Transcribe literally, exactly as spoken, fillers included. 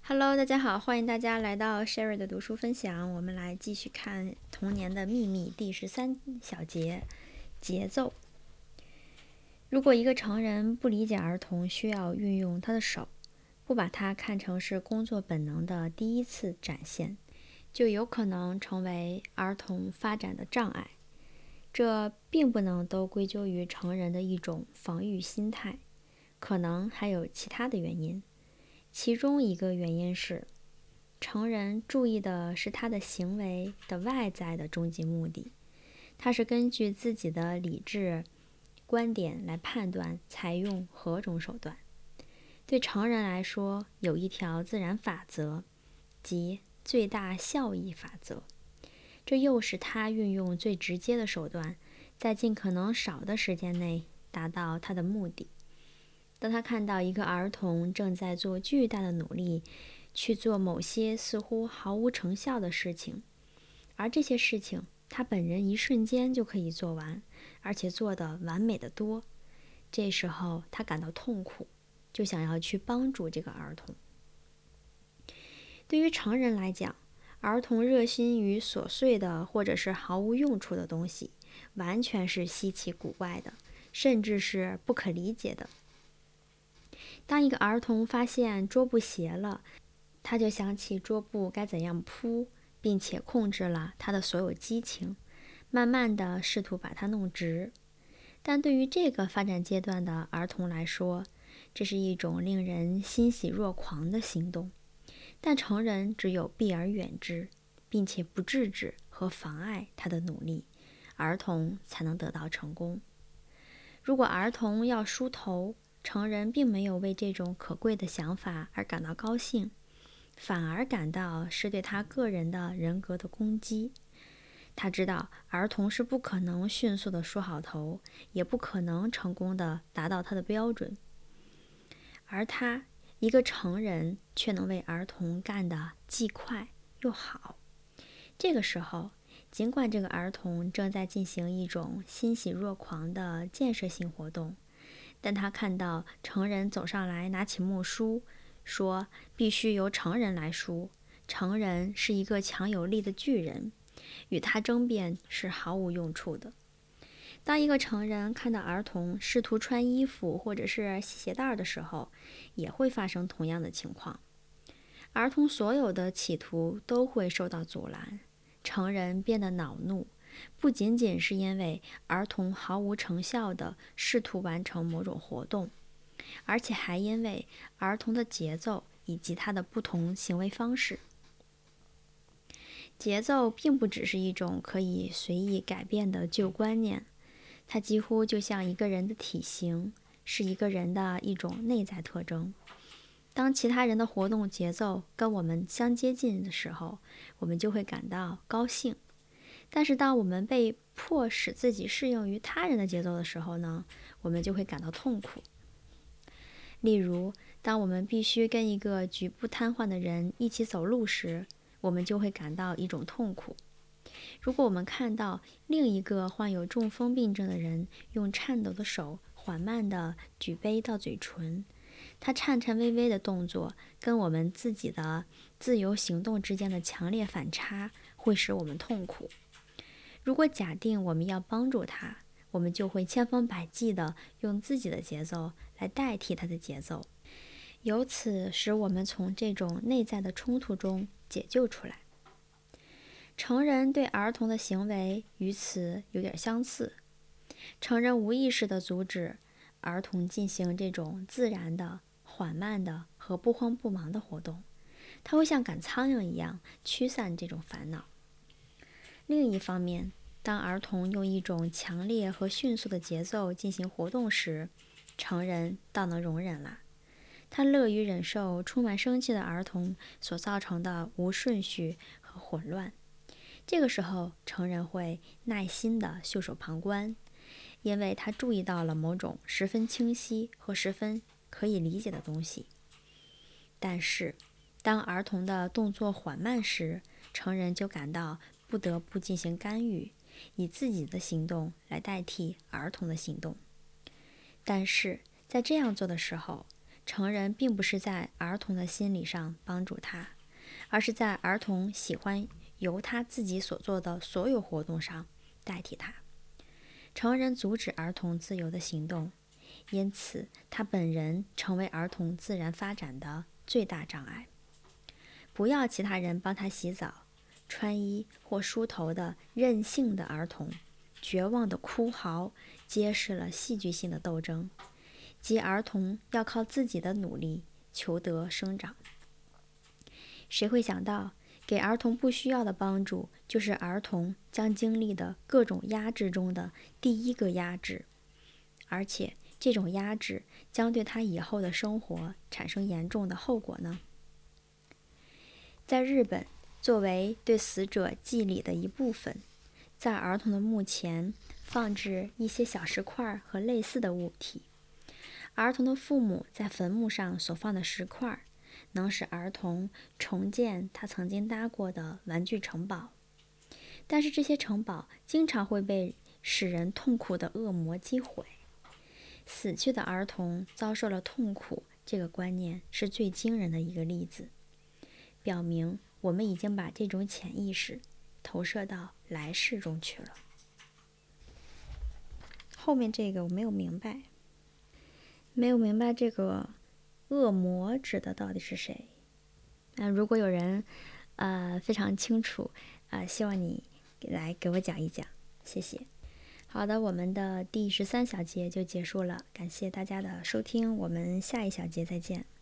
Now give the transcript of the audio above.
Hello，大家好，欢迎大家来到 Sherry 的读书分享。我们来继续看《童年的秘密》第十三小节节奏。如果一个成人不理解儿童需要运用他的手，不把它看成是工作本能的第一次展现，就有可能成为儿童发展的障碍。这并不能都归咎于成人的一种防御心态，可能还有其他的原因。其中一个原因是，成人注意的是他的行为的外在的终极目的，他是根据自己的理智观点来判断采用何种手段。对成人来说，有一条自然法则，即最大效益法则，这又是他运用最直接的手段，在尽可能少的时间内达到他的目的。当他看到一个儿童正在做巨大的努力去做某些似乎毫无成效的事情，而这些事情他本人一瞬间就可以做完，而且做得完美得多，这时候他感到痛苦，就想要去帮助这个儿童。对于成人来讲，儿童热心于琐碎的或者是毫无用处的东西，完全是稀奇古怪的，甚至是不可理解的。当一个儿童发现桌布斜了，他就想起桌布该怎样铺，并且控制了他的所有激情，慢慢地试图把它弄直。但对于这个发展阶段的儿童来说，这是一种令人欣喜若狂的行动。但成人只有避而远之，并且不制止和妨碍他的努力，儿童才能得到成功。如果儿童要梳头，成人并没有为这种可贵的想法而感到高兴，反而感到是对他个人的人格的攻击。他知道儿童是不可能迅速地梳好头，也不可能成功地达到他的标准，而他一个成人却能为儿童干得既快又好。这个时候，尽管这个儿童正在进行一种欣喜若狂的建设性活动，但他看到成人走上来拿起木梳，说必须由成人来梳，成人是一个强有力的巨人，与他争辩是毫无用处的。当一个成人看到儿童试图穿衣服或者是系鞋带的时候，也会发生同样的情况。儿童所有的企图都会受到阻拦，成人变得恼怒，不仅仅是因为儿童毫无成效地试图完成某种活动，而且还因为儿童的节奏以及他的不同行为方式。节奏并不只是一种可以随意改变的旧观念，它几乎就像一个人的体型，是一个人的一种内在特征。当其他人的活动节奏跟我们相接近的时候，我们就会感到高兴。但是当我们被迫使自己适应于他人的节奏的时候呢，我们就会感到痛苦。例如，当我们必须跟一个局部瘫痪的人一起走路时，我们就会感到一种痛苦。如果我们看到另一个患有中风病症的人用颤抖的手缓慢地举杯到嘴唇，他颤颤巍巍的动作跟我们自己的自由行动之间的强烈反差，会使我们痛苦。如果假定我们要帮助他，我们就会千方百计地用自己的节奏来代替他的节奏，由此使我们从这种内在的冲突中解救出来。成人对儿童的行为与此有点相似，成人无意识地阻止儿童进行这种自然的、缓慢的和不慌不忙的活动，他会像赶苍蝇一样驱散这种烦恼。另一方面，当儿童用一种强烈和迅速的节奏进行活动时，成人倒能容忍了。他乐于忍受充满生气的儿童所造成的无顺序和混乱。这个时候，成人会耐心地袖手旁观，因为他注意到了某种十分清晰和十分可以理解的东西。但是，当儿童的动作缓慢时，成人就感到不得不进行干预，以自己的行动来代替儿童的行动。但是在这样做的时候， 成人并不是在儿童的心理上帮助他，而是在儿童喜欢由他自己所做的所有活动上代替他。成人阻止儿童自由的行动，因此他本人成为儿童自然发展的最大障碍。不要其他人帮他洗澡、穿衣或梳头的任性的儿童，绝望的哭嚎揭示了戏剧性的斗争，即儿童要靠自己的努力求得生长。谁会想到，给儿童不需要的帮助，就是儿童将经历的各种压制中的第一个压制，而且这种压制将对他以后的生活产生严重的后果呢？在日本，作为对死者祭礼的一部分，在儿童的墓前放置一些小石块和类似的物体。儿童的父母在坟墓上所放的石块，能使儿童重建他曾经搭过的玩具城堡。但是这些城堡经常会被使人痛苦的恶魔击毁。死去的儿童遭受了痛苦，这个观念是最惊人的一个例子，表明我们已经把这种潜意识投射到来世中去了。后面这个我没有明白，没有明白这个恶魔指的到底是谁？那、呃、如果有人呃非常清楚，呃，希望你来给我讲一讲，谢谢。好的，我们的第十三小节就结束了，感谢大家的收听，我们下一小节再见。